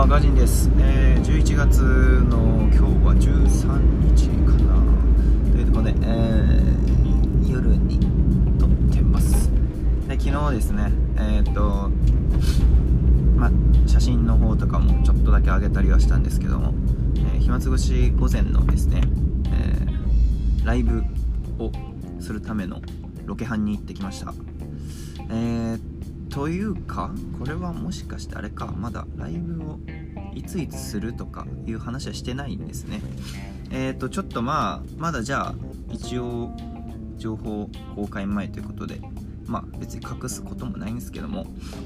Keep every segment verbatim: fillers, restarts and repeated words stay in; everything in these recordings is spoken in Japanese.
ガジンです。えー、じゅういちがつの今日はじゅうさんにちかなというところで、えー、夜に撮ってます。で、昨日ですね、えー、っとまあ写真の方とかもちょっとだけ上げたりはしたんですけども、えー、暇つぶし午前のですね、えー、ライブをするためのロケハンに行ってきました。えーというか、これはもしかしてあれか、まだライブをいついつするとかいう話はしてないんですね。えーとちょっとまあまだじゃあ一応情報公開前ということで、まあ別に隠すこともないんですけども、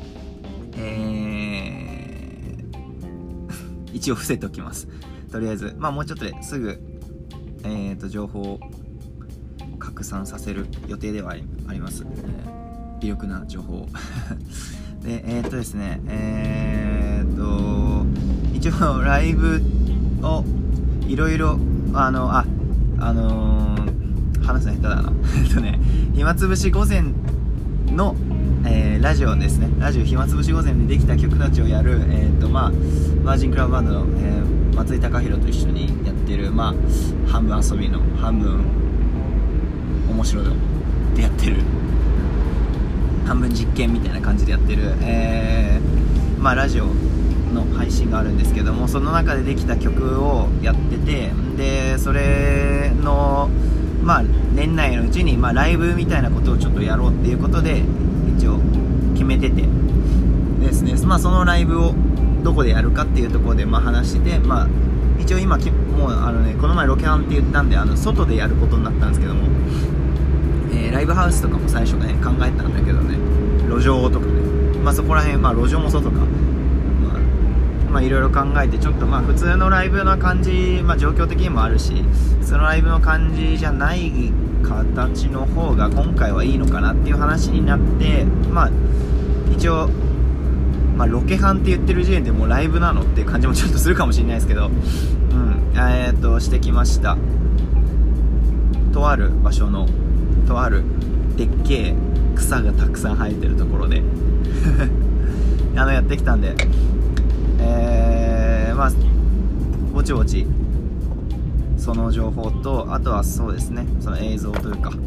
えー、一応伏せておきます。とりあえずまあもうちょっとですぐえーと情報を拡散させる予定ではあり、あります。えー微力な情報で、えー、っとですねえー、っと一応ライブをいろいろあのああのー、話すの下手だなえっとね暇つぶし午前の、えー、ラジオですねラジオ暇つぶし午前でできた曲たちをやるえー、っとまあバージンクラブバンドの、えー、松井貴弘と一緒にやってるまあ半分遊びの半分面白いのでやってる半分実験みたいな感じでやってる、えー、まあラジオの配信があるんですけども、その中でできた曲をやってて、でそれのまあ年内のうちにまあライブみたいなことをちょっとやろうっていうことで一応決めててですね、まあそのライブをどこでやるかっていうところでまあ話してて、まあ一応今もうあのねこの前ロケハンって言ったんであの外でやることになったんですけども、えー、ライブハウスとかも最初ね考えたんだけどね、路上とかね、まあそこら辺、まあ路上も外か、まあまあいろいろ考えてちょっとまあ普通のライブの感じ、まあ状況的にもあるし、そのライブの感じじゃない形の方が今回はいいのかなっていう話になって、まあ一応まあロケハンって言ってる時点でもうライブなのっていう感じもちょっとするかもしれないですけど、うんえーっとしてきました。とある場所のとあるでっけえ草がたくさん生えてるところであのやってきたんで、えー、まあぼちぼちその情報と、あとはそうですねその映像というか、うん、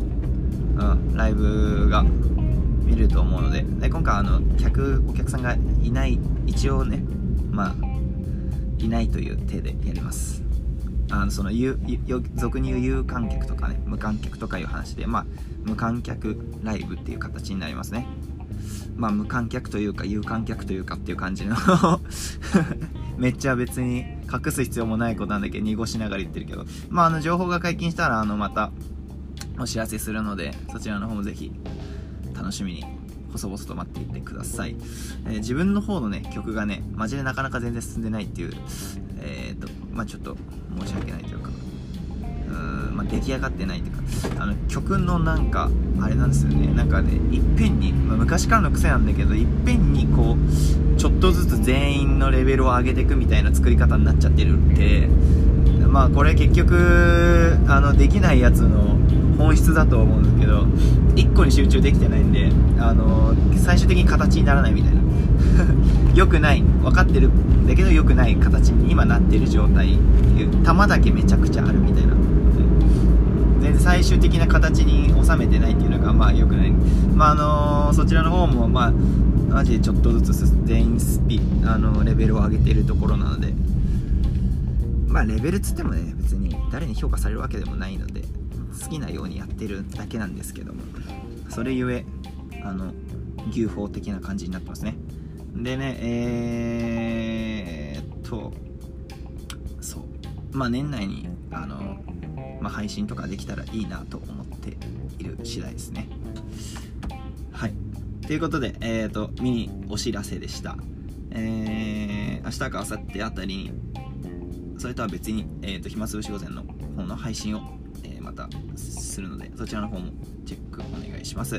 ライブが見れると思うので、で今回あの客お客さんがいない一応ねまあいないという体でやります。あのその有俗に言う有観客とかね無観客とかいう話で、まあ無観客ライブっていう形になりますね。まあ無観客というか有観客というかっていう感じのめっちゃ別に隠す必要もないことなんだけど濁しながら言ってるけど、まああの情報が解禁したらあのまたお知らせするので、そちらの方もぜひ楽しみに細々と待っていってください。えー、自分の方のね曲がねマジでなかなか全然進んでないっていう、えーとまあちょっと申し訳ないというか、うーんまあ出来上がってないというか、あの曲のなんかあれなんですよね、なんかねいっぺんに、まあ、昔からの癖なんだけどいっぺんにこうちょっとずつ全員のレベルを上げていくみたいな作り方になっちゃってるんで、まあこれ結局あのできないやつの本質だと思うんですけど、いっこに集中できてないんで、あのー、最終的に形にならないみたいな良くない、分かってるんだけど良くない形に今なってる状態っていう、球だけめちゃくちゃあるみたいな、全然最終的な形に収めてないっていうのがまあ良くない。まああのー、そちらの方もまあマジでちょっとずつ全員スピあのー、レベルを上げているところなので、まあレベルつってもね別に誰に評価されるわけでもないので好きなようにやってるだけなんですけども、それゆえあの牛歩的な感じになってますね。でねえー、っとそうまあ年内にあの、まあ、配信とかできたらいいなと思っている次第ですね。はいということでえー、っとミニお知らせでした。えー、明日か明後日あたりにそれとは別に、えー、と暇つぶし午前の方の配信をまたするので、そちらの方もチェックお願いします。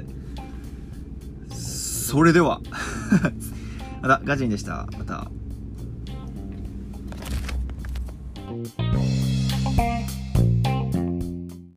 それではまたガジンでした。また。